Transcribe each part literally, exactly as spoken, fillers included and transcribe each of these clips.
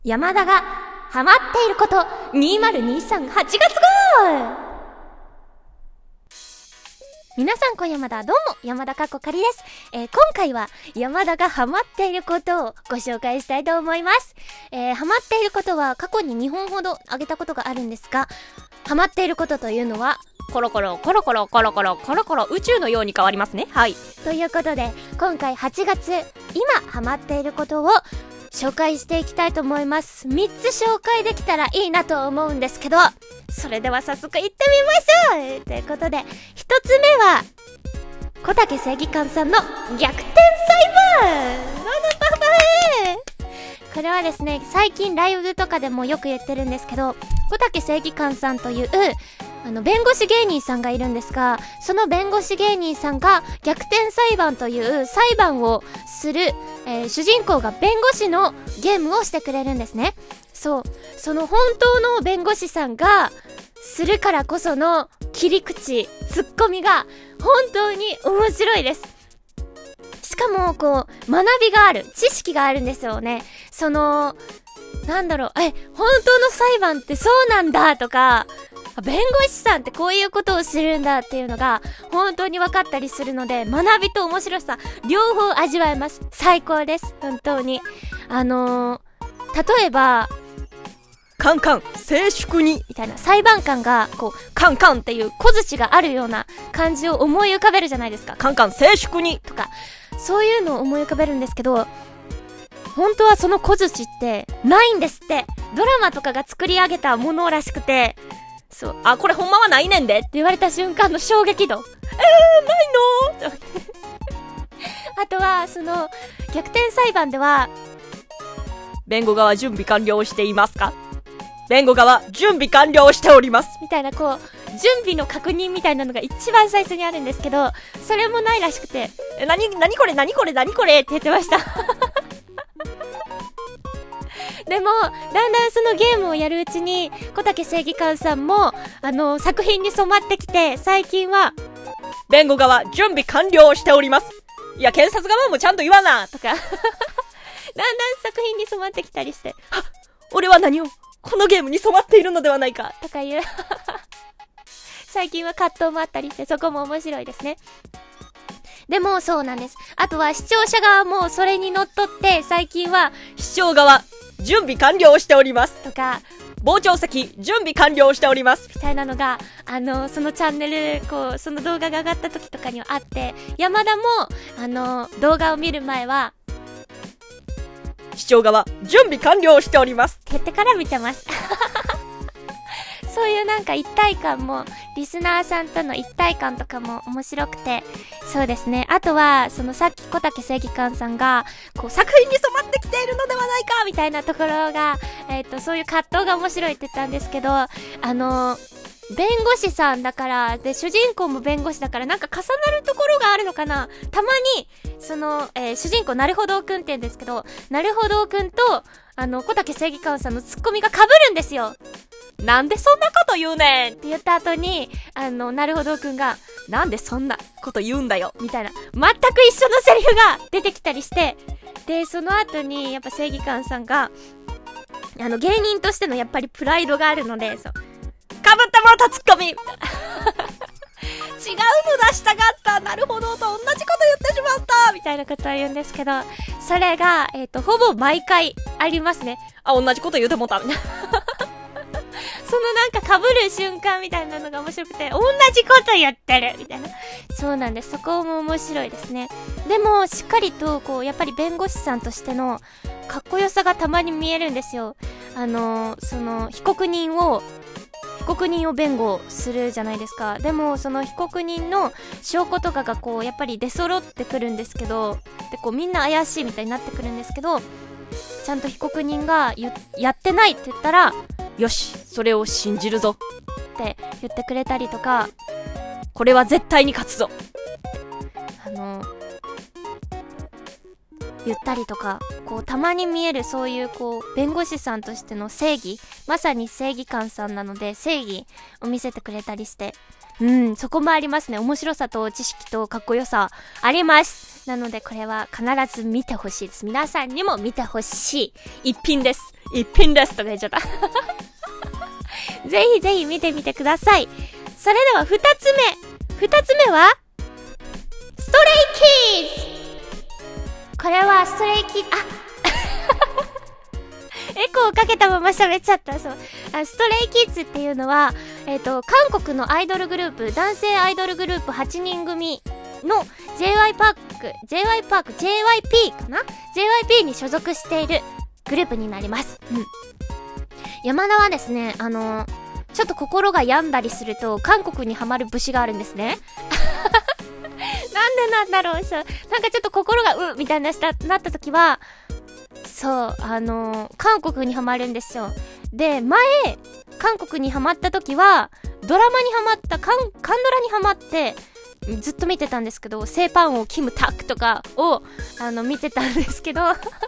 山田がハマっていることにせんにじゅうさんはちがつ号。皆さん今夜まだどうも山田かっこかりです、えー、今回は山田がハマっていることをご紹介したいと思います、えー、ハマっていることは過去ににほんほど挙げたことがあるんですが、ハマっていることというのはコロコロコロコロコロコロコロコロ宇宙のように変わりますね。はいということで今回はちがつ今ハマっていることを紹介していきたいと思います。みっつ紹介できたらいいなと思うんですけど、それでは早速いってみましょうということで、ひとつめは小竹正義感さんの逆転裁判。これはですね、最近ライブとかでもよく言ってるんですけど、小竹正義感さんというあの弁護士芸人さんがいるんですが、その弁護士芸人さんが逆転裁判という裁判をする、えー、主人公が弁護士のゲームをしてくれるんですね。そう、その本当の弁護士さんがするからこその切り口、ツッコミが本当に面白いです。しかもこう学びがある、知識があるんですよね。そのなんだろう、え、本当の裁判ってそうなんだとか、弁護士さんってこういうことをするんだっていうのが本当に分かったりするので、学びと面白さ両方味わえます。最高です。本当にあのー、例えばカンカン静粛にみたいな、裁判官がこうカンカンっていう小槌があるような感じを思い浮かべるじゃないですか。カンカン静粛にとかそういうのを思い浮かべるんですけど、本当はその小槌ってないんですって。ドラマとかが作り上げたものらしくて、そう、あ、これほんまはないねんでって言われた瞬間の衝撃度、えー、ないのあとはその逆転裁判では、弁護側準備完了していますか、弁護側準備完了しておりますみたいな、こう準備の確認みたいなのが一番最初にあるんですけど、それもないらしくて、え、なに、なにこれなにこれなにこれって言ってましたでもだんだんそのゲームをやるうちに小竹正義感さんもあの作品に染まってきて、最近は弁護側準備完了しております、いや検察側もちゃんと言わなとかだんだん作品に染まってきたりして、あ、俺は何をこのゲームに染まっているのではないかとかいう最近は葛藤もあったりして、そこも面白いですね。でもそうなんです。あとは視聴者側もそれにのっとって、最近は視聴側準備完了しておりますとか、傍聴席準備完了しておりますみたいなのが、あのそのチャンネル、こうその動画が上がった時とかにはあって、山田もあの動画を見る前は視聴側準備完了しておりますって言ってから見てますそういうなんか一体感も、リスナーさんとの一体感とかも面白くて、そうですね。あとはそのさっき小竹正義感さんがこう作品に染まってきているのではないかみたいなところが、えっとそういう葛藤が面白いって言ったんですけど、あの弁護士さんだからで、主人公も弁護士だから、なんか重なるところがあるのかな。たまにその、えー、主人公なるほどくんって言うんですけど、なるほどくんとあの小竹正義感さんのツッコミが被るんですよ。なんでそんなこと言うねんって言った後に、あのなるほどくんがなんでそんなこと言うんだよみたいな、全く一緒のセリフが出てきたりして、でその後にやっぱ正義感さんがあの芸人としてのやっぱりプライドがあるので、そうかぶってもらったツッコミ違うの出したかった、なるほどと同じこと言ってしまったみたいなことを言うんですけど、それがえっとほぼ毎回ありますね。あ、同じこと言うてもうたみたいなそのなんか被る瞬間みたいなのが面白くて、同じこと言ってるみたいな。そうなんです。そこも面白いですね。でもしっかりとこうやっぱり弁護士さんとしてのかっこよさがたまに見えるんですよ。あのその被告人を被告人を弁護するじゃないですか。でもその被告人の証拠とかがこうやっぱり出揃ってくるんですけど、でこうみんな怪しいみたいになってくるんですけど、ちゃんと被告人がやってないって言ったら、よしそれを信じるぞって言ってくれたりとか、これは絶対に勝つぞあの言ったりとか、こうたまに見えるそういうこう弁護士さんとしての正義、まさに正義感さんなので正義を見せてくれたりして、うん、そこもありますね。面白さと知識とかっこよさあります。 なのでこれは必ず見てほしいです。皆さんにも見てほしい一品です。一品ですとか言っちゃったぜひぜひ見てみてください。それでは二つ目二つ目はストレイキッズ。これはストレイキッズ、あエコーをかけたまま喋っちゃった。そう、あストレイキッズっていうのは、えっと韓国のアイドルグループ、男性アイドルグループはちにん組の ジェイワイ パーク ジェイワイ パーク ジェイワイピー かな ジェイワイピー に所属しているグループになります。うん。山田はですね、あのー、ちょっと心が病んだりすると韓国にハマる節があるんですねなんでなんだろう。そうなんかちょっと心がうみたいなしたなった時は、そうあのー、韓国にハマるんですよ。で、前韓国にハマった時はドラマにハマったカンカンドラにハマってずっと見てたんですけど、セイパン王キムタクとかをあの見てたんですけど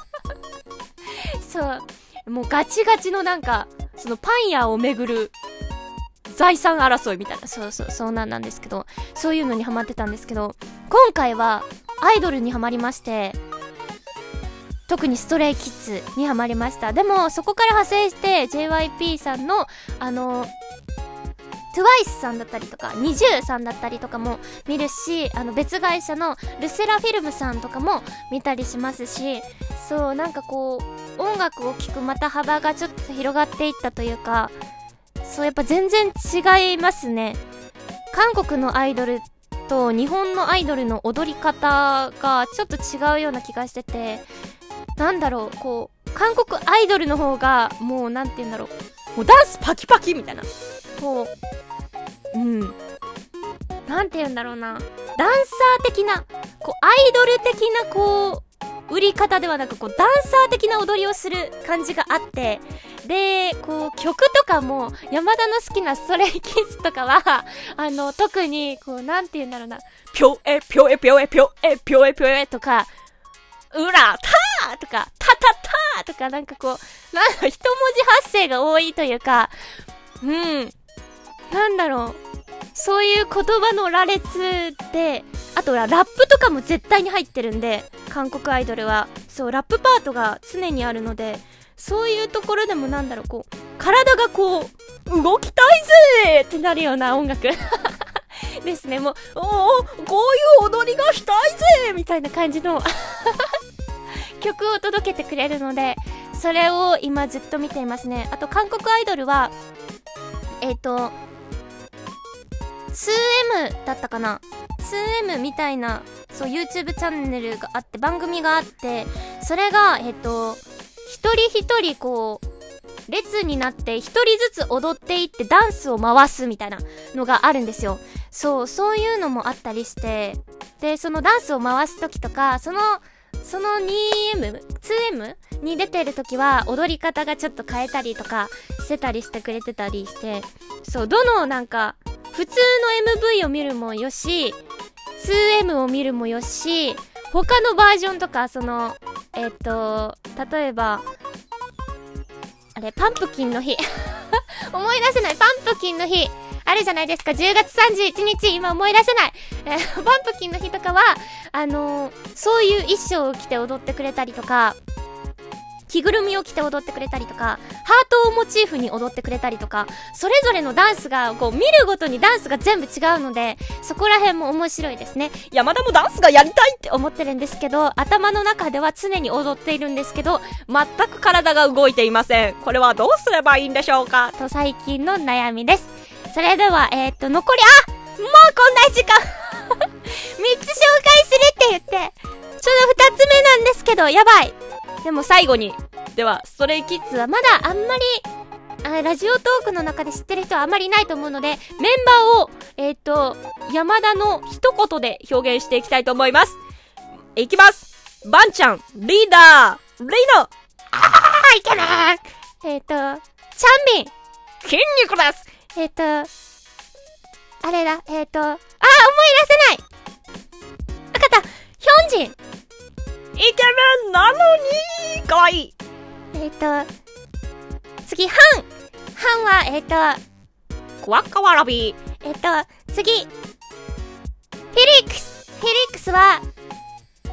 そうもうガチガチのなんかそのパン屋をめぐる財産争いみたいな、そうそうそうなんなんですけど、そういうのにハマってたんですけど、今回はアイドルにハマりまして、特にストレイキッズにハマりました。でもそこから派生して ジェイワイピー さんのあのトゥワイスさんだったりとかニジューさんだったりとかも見るし、あの別会社のルセラフィルムさんとかも見たりしますし、そうなんかこう音楽を聴くまた幅がちょっと広がっていったというか、そうやっぱ全然違いますね。韓国のアイドルと日本のアイドルの踊り方がちょっと違うような気がしてて、なんだろう、こう韓国アイドルの方がもうなんて言うんだろう、もうダンスパキパキみたいな、こううんなんて言うんだろうな、ダンサー的なこうアイドル的なこう売り方ではなく、こうダンサー的な踊りをする感じがあって、でこう曲とかも山田の好きなストレイキッズとかはあの特にこうなんて言うんだろうな、ぴょえぴょえぴょえぴょえぴょえぴょえとかうらたーとかたたたーとか、なんかこうなんか一文字発声が多いというか、うんなんだろう、そういう言葉の羅列で、あとはラップとかも絶対に入ってるんで、韓国アイドルはそうラップパートが常にあるので、そういうところでもなんだろう、こう体がこう動きたいぜーってなるような音楽ですね。もうおおこういう踊りがしたいぜーみたいな感じの曲を届けてくれるので、それを今ずっと見ていますね。あと韓国アイドルはえっと ツーエム だったかな、 ツーエム みたいなそう YouTube チャンネルがあって、番組があって、それがえっと一人一人こう列になって一人ずつ踊っていってダンスを回すみたいなのがあるんですよ。そうそういうのもあったりして、でそのダンスを回す時とか、そのその ツーエム ツーエム に出てる時は踊り方がちょっと変えたりとかしてたりしてくれてたりして、そうどのなんか普通の エムブイ を見るもよし ツーエム を見るもよし、他のバージョンとか、そのえっと例えばあれパンプキンの日思い出せない、パンプキンの日あるじゃないですか、じゅうがつさんじゅういちにち、今思い出せない、えー、パンプキンの日とかはあのー、そういう衣装を着て踊ってくれたりとか、着ぐるみを着て踊ってくれたりとか、ハートをモチーフに踊ってくれたりとか、それぞれのダンスがこう見るごとにダンスが全部違うので、そこら辺も面白いですね。山田もダンスがやりたいって思ってるんですけど、頭の中では常に踊っているんですけど、全く体が動いていません。これはどうすればいいんでしょうかと最近の悩みです。それではえー、っと残りあもうこんな時間みっつ紹介するって言ってちょうどふたつめなんですけど、やばい。でも最後に、ではストレイキッズはまだあんまりあラジオトークの中で知ってる人はあんまりいないと思うので、メンバーをえー、っと山田の一言で表現していきたいと思います。いきます。バンちゃんリーダー、リノ、あーイケメン、えー、っとチャンビン筋肉です、えっ、ー、とあれだえっ、ー、とあー思い出せない、わかった、ヒョンジンイケメンなのにかわいい。えっ、ー、と次ハンハンはえっ、ー、とクワッカワラビー、えっ、ー、と次フェリックスフェリックスは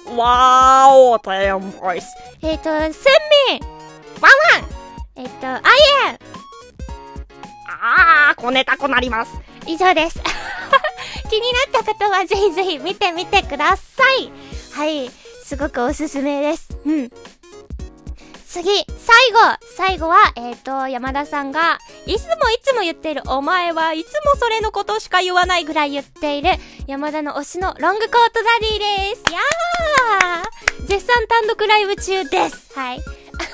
わーお、テンボイス。えっと、スンミン、ワンワン、えっと、アイエン。あー、こねたくなります。以上です。気になった方はぜひぜひ見てみてください。はい、すごくおすすめです。うん。次、最後最後は、えっと、山田さんが、いつもいつも言っている、お前はいつもそれのことしか言わないぐらい言っている、山田の推しのロングコートダディです。やー、絶賛単独ライブ中です。はい。で、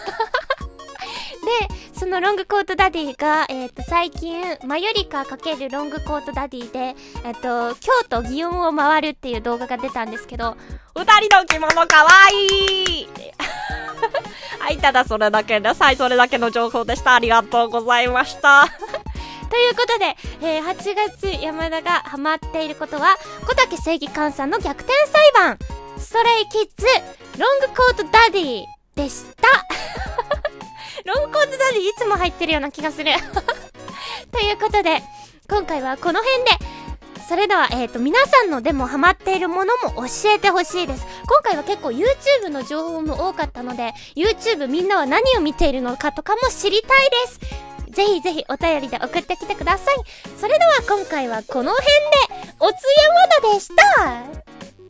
そのロングコートダディが、えっと、最近、マユリカ×ロングコートダディで、えっと、京都祇園を回るっていう動画が出たんですけど、二人の着物かわいいはい、ただそれだけです。はい、それだけの情報でした。ありがとうございました。ということで、えー、はちがつ山田がハマっていることは、小竹正義感さんの逆転裁判、ストレイキッズ、ロングコートダディでした。ロングコートダディいつも入ってるような気がする。ということで、今回はこの辺で、それでは、えっと、皆さんのでもハマっているものも教えてほしいです。今回は結構 YouTube の情報も多かったので、YouTube みんなは何を見ているのかとかも知りたいです。ぜひぜひお便りで送ってきてください。それでは今回はこの辺で、おつゆまだでした。